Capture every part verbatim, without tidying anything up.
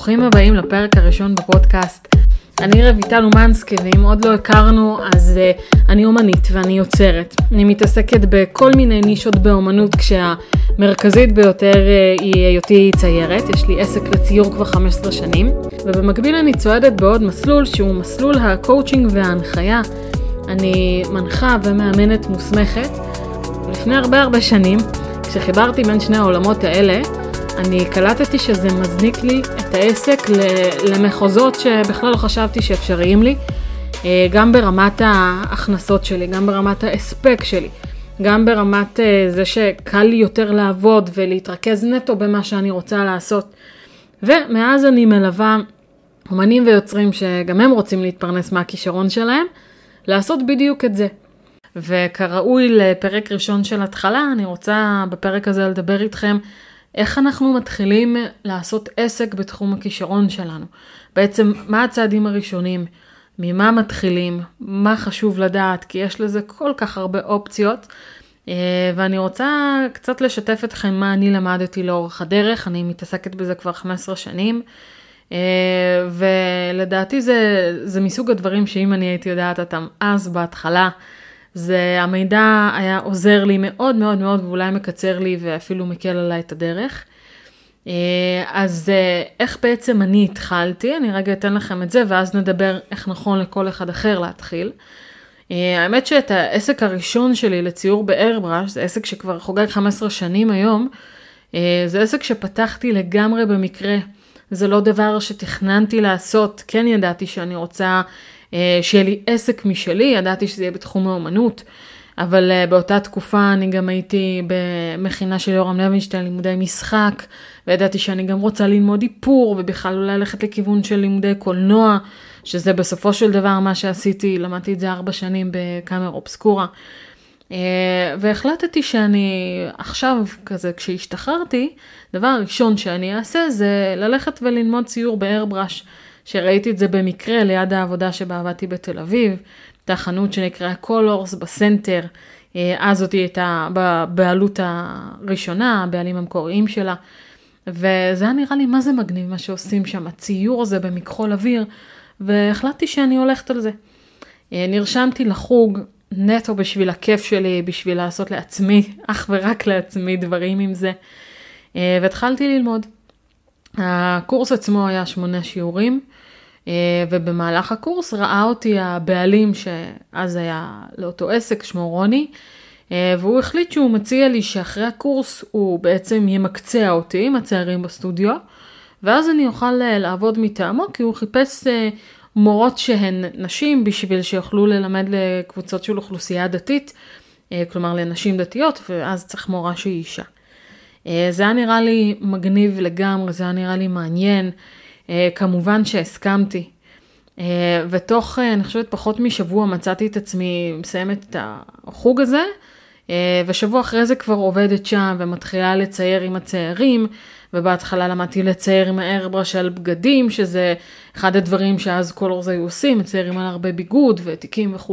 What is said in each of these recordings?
ברוכים הבאים לפרק הראשון בפודקאסט. אני רויטל אומנסקי, ואם עוד לא הכרנו, אז uh, אני אומנית ואני יוצרת. אני מתעסקת בכל מיני נישות באומנות, כשהמרכזית ביותר uh, היא היותי ציירת. יש לי עסק לציור כבר חמש עשרה שנים, ובמקביל אני צועדת בעוד מסלול שהוא מסלול הקואוצ'ינג וההנחיה. אני מנחה ומאמנת מוסמכת. לפני הרבה הרבה שנים, כשחיברתי בין שני העולמות האלה, אני קלטתי שזה מזניק לי את העסק למחוזות שבכלל לא חשבתי שאפשריים לי, גם ברמת ההכנסות שלי, גם ברמת האספק שלי, גם ברמת זה שקל לי יותר לעבוד ולהתרכז נטו במה שאני רוצה לעשות. ומאז אני מלווה אומנים ויוצרים שגם הם רוצים להתפרנס מהכישרון שלהם, לעשות בדיוק את זה. וכראוי לפרק ראשון של התחלה, אני רוצה בפרק הזה לדבר איתכם איך אנחנו מתחילים לעשות עסק בתחום הכישרון שלנו. בעצם מה הצעדים הראשונים, ממה מתחילים, מה חשוב לדעת, כי יש לזה כל כך הרבה אופציות. ואני רוצה קצת לשתף אתכם מה אני למדתי לאורך הדרך. אני מתעסקת בזה כבר חמש עשרה שנים. ולדעתי זה, זה מסוג הדברים שאם אני הייתי יודעת אותם אז בהתחלה, זה המידע היה עוזר לי מאוד מאוד מאוד, ואולי מקצר לי ואפילו מקל עליי את הדרך. אז איך בעצם אני התחלתי? אני רגע אתן לכם את זה, ואז נדבר איך נכון לכל אחד אחר להתחיל. האמת שאת העסק הראשון שלי לציור באיירברש, זה עסק שכבר חוגג חמש עשרה שנים היום, זה עסק שפתחתי לגמרי במקרה. זה לא דבר שתכננתי לעשות, כן ידעתי שאני רוצה שיהיה לי עסק משלי, ידעתי שזה יהיה בתחום האומנות, אבל באותה תקופה אני גם הייתי במכינה של יורם לוינשטיין, לימודי משחק, וידעתי שאני גם רוצה ללמוד איפור, ובכלל אולי ללכת לכיוון של לימודי קולנוע, שזה בסופו של דבר מה שעשיתי, למדתי את זה ארבע שנים בקאמרה אובסקורה, והחלטתי שאני עכשיו כזה, כשהשתחררתי, דבר הראשון שאני אעשה זה ללכת וללמוד ציור באיירברש, שראיתי את זה במקרה ליד העבודה שבה עבדתי בתל אביב, את החנות שנקרא קולורס בסנטר, אז זאת הייתה בבעלות הראשונה, הבעלים המקוריים שלה, וזה היה נראה לי מה זה מגניב מה שעושים שם, הציור הזה במכחול אוויר, והחלטתי שאני הולכת על זה. נרשמתי לחוג נטו בשביל הכיף שלי, בשביל לעשות לעצמי, אך ורק לעצמי דברים עם זה, והתחלתי ללמוד. הקורס עצמו היה שמונה שיעורים, ובמהלך הקורס ראה אותי הבעלים שאז היה לאותו עסק, שמו רוני, והוא החליט שהוא מציע לי שאחרי הקורס הוא בעצם ימקצע אותי עם הצעירים בסטודיו, ואז אני אוכל לעבוד מטעמו, כי הוא חיפש מורות שהן נשים בשביל שיוכלו ללמד לקבוצות של אוכלוסייה דתית, כלומר לנשים דתיות, ואז צריך מורה שהיא אישה. זה היה נראה לי מגניב לגמרי, זה היה נראה לי מעניין, כמובן שהסכמתי. ותוך, אני חושבת, פחות משבוע מצאתי את עצמי מסיימת את החוג הזה, ושבוע אחרי זה כבר עובדת שם ומתחילה לצייר עם הציירים, ובהתחלה למדתי לצייר עם האיירברש על בגדים, שזה אחד הדברים שאז כל אורז היו עושים, מציירים על הרבה ביגוד ותיקים וכו'.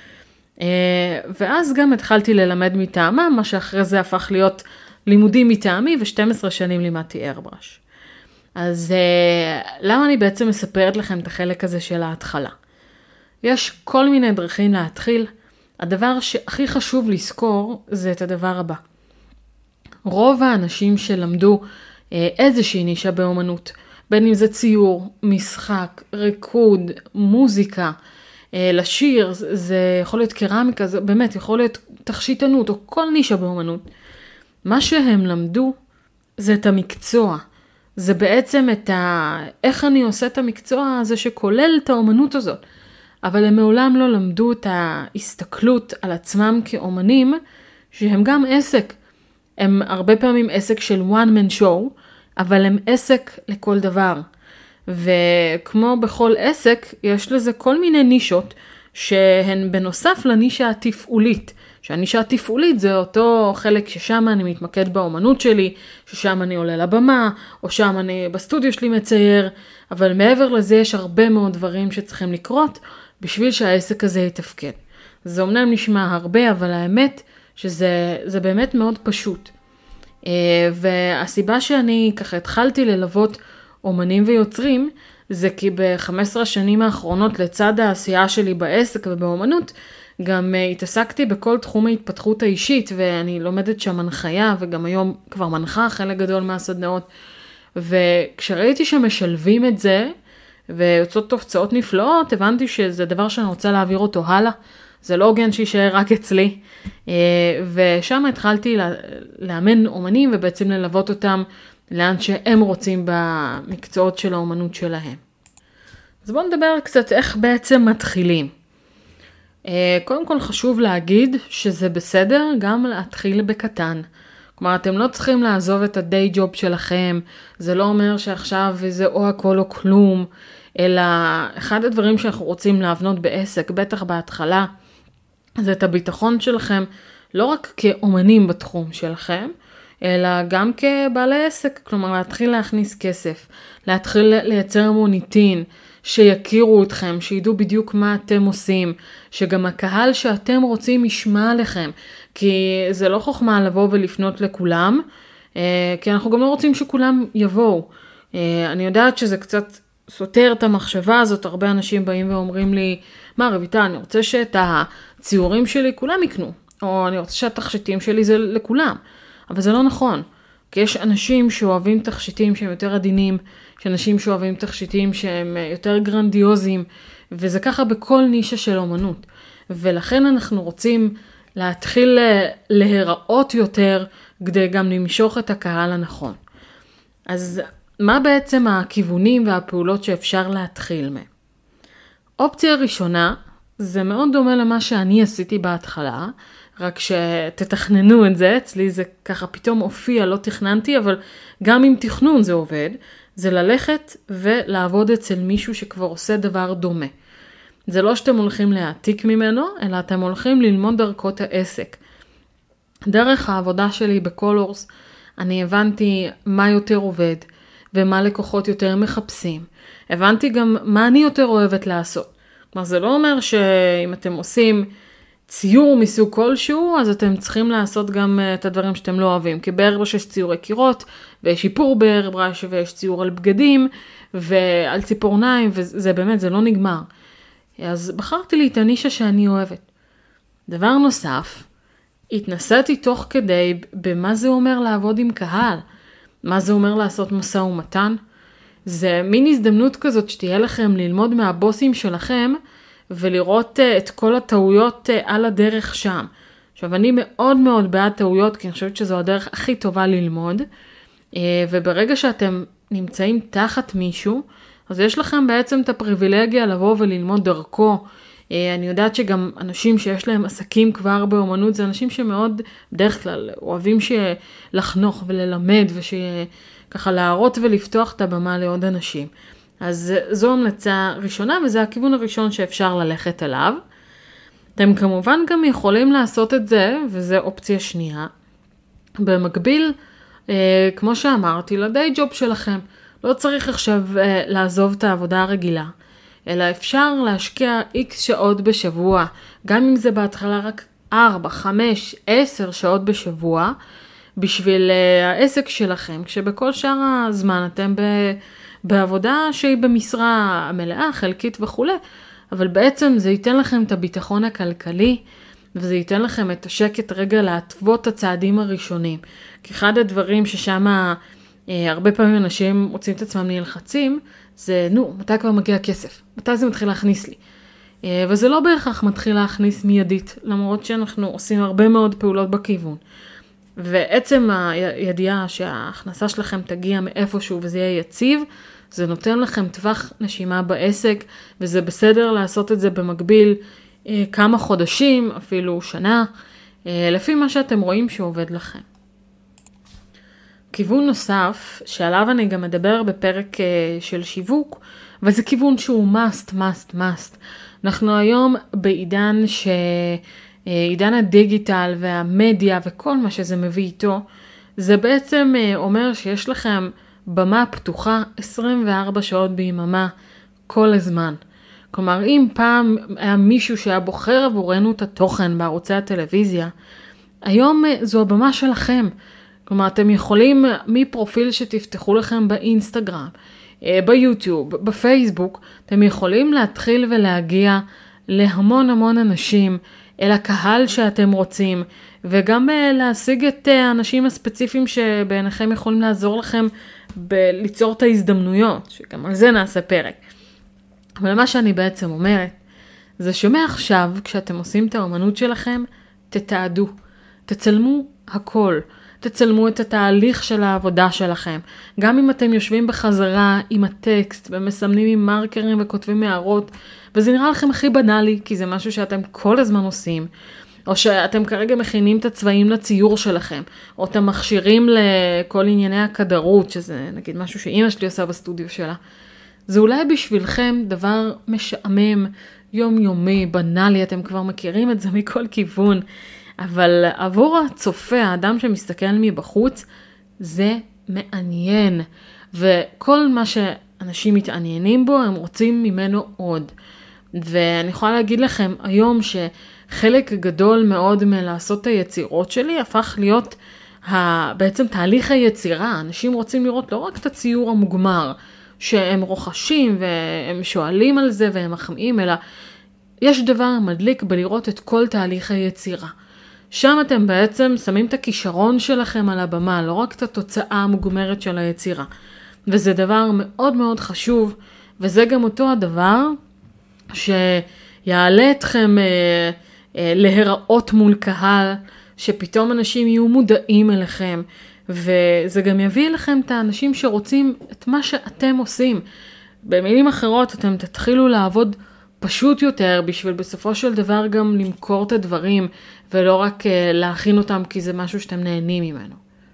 ואז גם התחלתי ללמד מטעמם, מה שאחרי זה הפך להיות לימודים מטעמי, ו-שתים עשרה שנים לימדתי איירברש. אז uh, למה אני בעצם מספרת לכם את החלק הזה של ההתחלה? יש כל מיני דרכים להתחיל. הדבר שהכי חשוב לזכור זה את הדבר הבא. רוב האנשים שלמדו uh, איזושהי נישה באומנות, בין אם זה ציור, משחק, ריקוד, מוזיקה, uh, לשיר, זה יכול להיות קרמיקה, זה באמת יכול להיות תכשיטנות או כל נישה באומנות. מה שהם למדו זה את המקצוע. זה בעצם את ה... איך אני עושה את המקצוע הזה שכולל את האומנות הזאת. אבל הם מעולם לא למדו את ההסתכלות על עצמם כאומנים, שהם גם עסק. הם הרבה פעמים עסק של one man show, אבל הם עסק לכל דבר. וכמו בכל עסק, יש לזה כל מיני נישות, שהן בנוסף לנישה התפעולית. שהנישה התפעולית זה אותו חלק ששם אני מתמקד באומנות שלי, ששם אני עולה לבמה, או שם אני בסטודיו שלי מצייר, אבל מעבר לזה יש הרבה מאוד דברים שצריכים לקרות, בשביל שהעסק הזה יתפקד. זה אומנם נשמע הרבה, אבל האמת שזה זה באמת מאוד פשוט. והסיבה שאני ככה התחלתי ללוות אומנים ויוצרים, זה כי ב-חמש עשרה השנים האחרונות לצד העשייה שלי בעסק ובאומנות, גם uh, התעסקתי בכל תחום ההתפתחות האישית, ואני לומדת שם הנחיה, וגם היום כבר מנחה חלק גדול מהסדנאות. וכשראיתי שמשלבים את זה, ויוצאות תוצאות נפלאות, הבנתי שזה דבר שאני רוצה להעביר אותו הלאה. זה לא הוגן שישאר רק אצלי. Uh, ושם התחלתי לה, לאמן אומנים, ובעצם ללוות אותם לאן שהם רוצים במקצועות של האומנות שלהם. אז בואו נדבר קצת איך בעצם מתחילים. קודם כל חשוב להגיד שזה בסדר גם להתחיל בקטן. כלומר, אתם לא צריכים לעזוב את הדיי ג'וב שלכם, זה לא אומר שעכשיו זה או הכל או כלום, אלא אחד הדברים שאנחנו רוצים להבנות בעסק, בטח בהתחלה, זה את הביטחון שלכם, לא רק כאומנים בתחום שלכם, אלא גם כבעלי עסק, כלומר להתחיל להכניס כסף, להתחיל לייצר מוניטין, שיכירו אתכם, שידעו בדיוק מה אתם עושים, שגם הקהל שאתם רוצים ישמע עליכם, כי זה לא חוכמה לבוא ולפנות לכולם, כי אנחנו גם לא רוצים שכולם יבואו. אני יודעת שזה קצת סותר את המחשבה הזאת, הרבה אנשים באים ואומרים לי, מה רויטל, אני רוצה שאת הציורים שלי כולם יקנו, או אני רוצה שהתכשיטים שלי זה לכולם. אבל זה לא נכון, כי יש אנשים שאוהבים תכשיטים שהם יותר עדינים, יש אנשים שאוהבים תכשיטים שהם יותר גרנדיוזיים, וזה ככה בכל נישה של אומנות. ולכן אנחנו רוצים להתחיל להיראות יותר, כדי גם למשוך את הקהל הנכון. אז מה בעצם הכיוונים והפעולות שאפשר להתחיל מהם? אופציה ראשונה, זה מאוד דומה למה שאני עשיתי בהתחלה, רק שתתכננו את זה, אצלי זה ככה פתאום הופיע, לא תכננתי, אבל גם עם תכנון זה עובד, זה ללכת ולעבוד אצל מישהו שכבר עושה דבר דומה. זה לא שאתם הולכים להעתיק ממנו, אלא אתם הולכים ללמוד דרכות העסק. דרך העבודה שלי בקולורס, אני הבנתי מה יותר עובד, ומה לקוחות יותר מחפשים. הבנתי גם מה אני יותר אוהבת לעשות. כלומר, זה לא אומר שאם אתם עושים ציור מסוג כלשהו, אז אתם צריכים לעשות גם את הדברים שאתם לא אוהבים. כי באיירברש יש ציורי קירות, ויש שיפור באיירברש, ויש ציור על בגדים, ועל ציפורניים, וזה באמת, זה לא נגמר. אז בחרתי לי את הנישה שאני אוהבת. דבר נוסף, התנסיתי תוך כדי במה זה אומר לעבוד עם קהל, מה זה אומר לעשות משא ומתן. זה מין הזדמנות כזאת שתהיה לכם ללמוד מהבוסים שלכם, ולראות את כל הטעויות על הדרך שם. עכשיו, אני מאוד מאוד בעד טעויות, כי אני חושבת שזו הדרך הכי טובה ללמוד, וברגע שאתם נמצאים תחת מישהו, אז יש לכם בעצם את הפריבילגיה לבוא וללמוד דרכו. אני יודעת שגם אנשים שיש להם עסקים כבר באומנות, זה אנשים שמאוד בדרך כלל אוהבים לחנוך וללמד, ושככה להראות ולפתוח את הבמה לעוד אנשים. אז זו המלצה ראשונה, וזה הכיוון הראשון שאפשר ללכת עליו. אתם כמובן גם יכולים לעשות את זה, וזה אופציה שנייה. במקביל, אה, כמו שאמרתי, לדיי ג'וב שלכם. לא צריך עכשיו אה, לעזוב את העבודה הרגילה, אלא אפשר להשקיע איקס שעות בשבוע, גם אם זה בהתחלה רק ארבע, חמש, עשר שעות בשבוע, בשביל אה, העסק שלכם, כשבכל שאר הזמן אתם ב... בעבודה שהיא במשרה מלאה, חלקית וכו', אבל בעצם זה ייתן לכם את הביטחון הכלכלי, וזה ייתן לכם את השקט רגע להתוות את הצעדים הראשונים. כי אחד הדברים ששם אה, הרבה פעמים אנשים מוצאים את עצמם נלחצים, זה נו, מתי כבר מגיע הכסף? מתי זה מתחיל להכניס לי? אה, וזה לא בהכרח מתחיל להכניס מיידית, למרות שאנחנו עושים הרבה מאוד פעולות בכיוון. ועצם הידיעה שההכנסה שלכם תגיע מאיפשהו וזה יהיה יציב, זה נותן לכם טווח נשימה בעסק, וזה בסדר לעשות את זה במקביל אה, כמה חודשים, אפילו שנה, אה, לפי מה שאתם רואים שעובד לכם. כיוון נוסף, שעליו אני גם מדבר בפרק אה, של שיווק, אבל זה כיוון שהוא must, must, must. אנחנו היום בעידן ש... עידן הדיגיטל והמדיה וכל מה שזה מביא איתו, זה בעצם אומר שיש לכם במה פתוחה עשרים וארבע שעות ביממה כל הזמן. כלומר, אם פעם היה מישהו שהיה בוחר עבורנו את התוכן בערוצי הטלוויזיה, היום זו הבמה שלכם. כלומר, אתם יכולים מפרופיל שתפתחו לכם באינסטגרם, ביוטיוב, בפייסבוק, אתם יכולים להתחיל ולהגיע להמון המון אנשים, אל הקהל שאתם רוצים, וגם להשיג את האנשים הספציפיים שבעיניכם יכולים לעזור לכם ליצור את ההזדמנויות, שגם על זה נעשה פרק. אבל מה שאני בעצם אומרת, זה שמעכשיו כשאתם עושים את האמנות שלכם, תתעדו, תצלמו הכל, תצלמו את התהליך של העבודה שלכם. גם אם אתם יושבים בחזרה עם הטקסט ומסמנים עם מרקרים וכותבים הערות, וזה נראה לכם הכי בנאלי, כי זה משהו שאתם כל הזמן עושים, או שאתם כרגע מכינים את הצבעים לציור שלכם, או אתם מכשירים לכל ענייני הכדרות, שזה נגיד משהו שאמא שלי עושה בסטודיו שלה. זה אולי בשבילכם דבר משעמם, יומיומי, בנאלי, אתם כבר מכירים את זה מכל כיוון, אבל עבור הצופה, האדם שמסתכל מבחוץ, זה מעניין. וכל מה שאנשים מתעניינים בו, הם רוצים ממנו עוד. ואני יכולה להגיד לכם היום שחלק גדול מאוד מלעשות את היצירות שלי, הפך להיות ה... בעצם תהליך היצירה. אנשים רוצים לראות לא רק את הציור המוגמר, שהם רוכשים והם שואלים על זה והם מחמיאים, אלא יש דבר מדליק בלראות את כל תהליך היצירה. שם אתם בעצם שמים את הכישרון שלכם על הבמה, לא רק את התוצאה המוגמרת של היצירה. וזה דבר מאוד מאוד חשוב, וזה גם אותו הדבר שיעלה אתכם אה, אה, להיראות מול קהל, שפתאום אנשים יהיו מודעים אליכם, וזה גם יביא לכם את האנשים שרוצים את מה שאתם עושים. במילים אחרות, אתם תתחילו לעבוד פשוט יותר, בשביל בסופו של דבר גם למכור את הדברים, ולא רק להכין אותם כי זה משהו שאתם נהנים ממנו.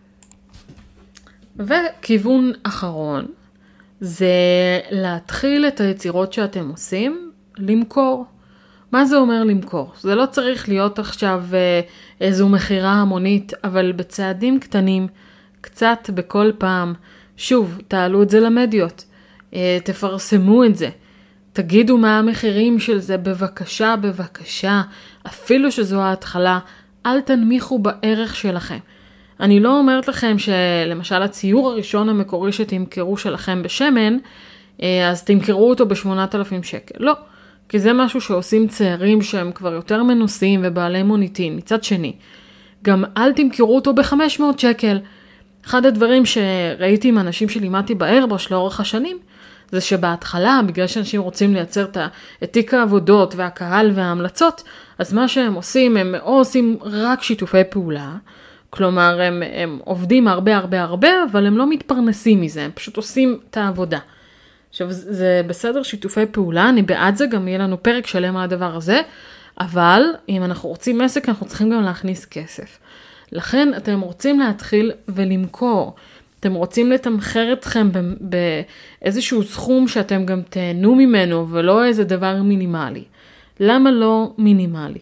וכיוון אחרון, זה להתחיל את היצירות שאתם עושים, למכור. מה זה אומר למכור? זה לא צריך להיות עכשיו איזו מחירה המונית, אבל בצעדים קטנים, קצת בכל פעם. שוב, תעלו את זה למדיות, תפרסמו את זה. תגידו מה המחירים של זה, בבקשה, בבקשה, אפילו שזו ההתחלה, אל תנמיכו בערך שלכם. אני לא אומרת לכם שלמשל הציור הראשון המקורי שתמכרו שלכם בשמן, אז תמכרו אותו ב-שמונת אלפים שקל. לא, כי זה משהו שעושים צעירים שהם כבר יותר מנוסים ובעלי מוניטין. מצד שני, גם אל תמכרו אותו ב-חמש מאות שקל. אחד הדברים שראיתי עם אנשים שלימדתי באיירברש לאורך השנים, זה שבהתחלה, בגלל שאנשים רוצים לייצר את תיק העבודות והקהל וההמלצות, אז מה שהם עושים, הם או עושים רק שיתופי פעולה, כלומר הם, הם עובדים הרבה הרבה הרבה, אבל הם לא מתפרנסים מזה, הם פשוט עושים את העבודה. עכשיו זה בסדר שיתופי פעולה, אני בעד זה, גם יהיה לנו פרק שלם על הדבר הזה, אבל אם אנחנו רוצים עסק, אנחנו צריכים גם להכניס כסף. לכן אתם רוצים להתחיל ולמכור, אתם רוצים לתמחר אתכם באיזשהו סכום שאתם גם תהנו ממנו, ולא איזה דבר מינימלי. למה לא מינימלי?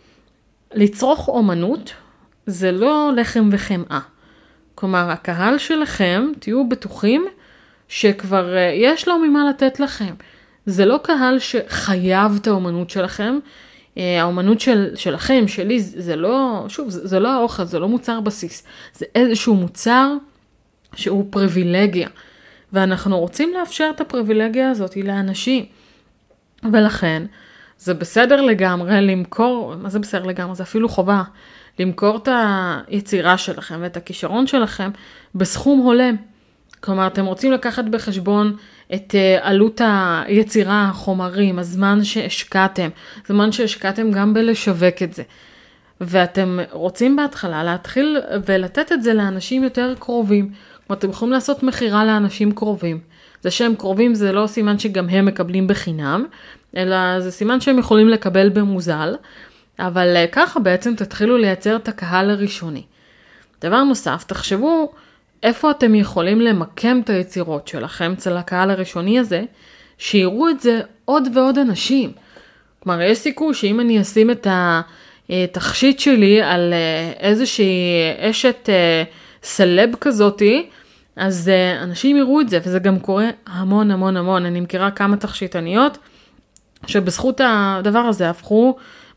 לצרוך אומנות זה לא לחם וחמאה. כלומר, הקהל שלכם, תהיו בטוחים שכבר יש לו ממה לתת לכם. זה לא קהל שחייב את האומנות שלכם. האומנות של, שלכם, שלי, זה לא, שוב, זה, זה לא האוכל, זה לא מוצר בסיס. זה איזשהו מוצר שהוא פריבילגיה, ואנחנו רוצים לאפשר את הפריבילגיה הזאת לאנשים. ולכן, זה בסדר לגמרי למכור, מה זה בסדר לגמרי? זה אפילו חובה, למכור את היצירה שלכם ואת הכישרון שלכם בסכום הולם. כלומר, אתם רוצים לקחת בחשבון את עלות היצירה, החומרים, הזמן שהשקעתם, זמן שהשקעתם גם בלשווק את זה. ואתם רוצים בהתחלה להתחיל ולתת את זה לאנשים יותר קרובים. אתם יכולים לעשות מחירה לאנשים קרובים. זה שהם קרובים זה לא סימן שגם הם מקבלים בחינם, אלא זה סימן שהם יכולים לקבל במוזל, אבל ככה בעצם תתחילו לייצר את הקהל הראשוני. דבר נוסף, תחשבו איפה אתם יכולים למקם את היצירות שלכם אצל הקהל הראשוני הזה, שיראו את זה עוד ועוד אנשים. כלומר, יש סיכוי שאם אני אשים את התכשיט שלי על איזושהי אשת סלב כזאתי, אז אנשים יראו את זה, וזה גם קורה המון המון המון. אני מכירה כמה תכשיטניות שבזכות הדבר הזה הפכו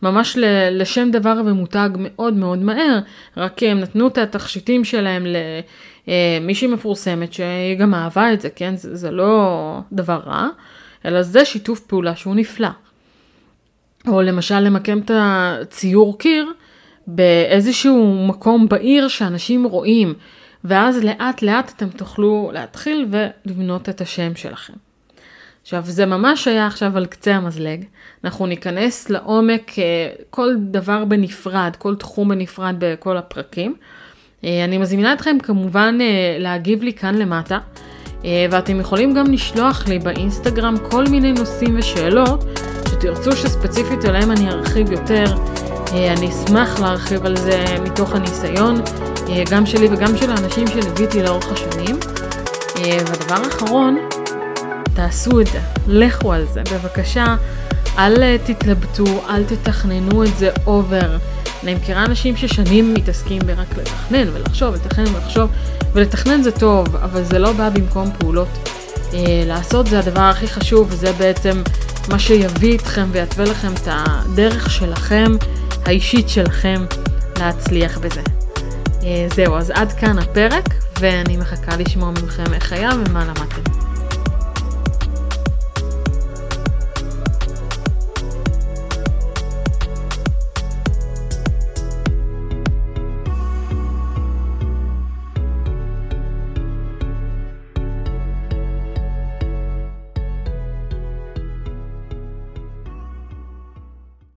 ממש לשם דבר ומותג מאוד מאוד מהר, רק הם נתנו את התכשיטים שלהם למישהי מפורסמת שהיא גם אהבה את זה, כן? זה, זה לא דבר רע, אלא זה שיתוף פעולה שהוא נפלא. או למשל למקם את הציור קיר באיזשהו מקום בעיר שאנשים רואים, ואז לאט לאט אתם תוכלו להתחיל ולבנות את השם שלכם. עכשיו, זה ממש היה עכשיו על קצה המזלג. אנחנו ניכנס לעומק כל דבר בנפרד, כל תחום בנפרד בכל הפרקים. אני מזמינה אתכם כמובן להגיב לי כאן למטה, ואתם יכולים גם לשלוח לי באינסטגרם כל מיני נושאים ושאלות, שתרצו שספציפית עליהם אני ארחיב יותר. אני אשמח להרחיב על זה מתוך הניסיון, גם שלי וגם של האנשים שליוויתי לאורך השנים. והדבר האחרון, תעשו את זה, לכו על זה, בבקשה, אל תתלבטו, אל תתכננו את זה אובר. אני מכירה אנשים ששנים מתעסקים ברק לתכנן ולחשוב, לתכנן ולחשוב, ולתכנן זה טוב, אבל זה לא בא במקום פעולות. לעשות זה הדבר הכי חשוב, וזה בעצם מה שיביא אתכם ויתווה לכם את הדרך שלכם, האישית שלכם, להצליח בזה. זהו, אז עד כאן הפרק, ואני מחכה לשמוע ממכם איך היה ומה למדתם.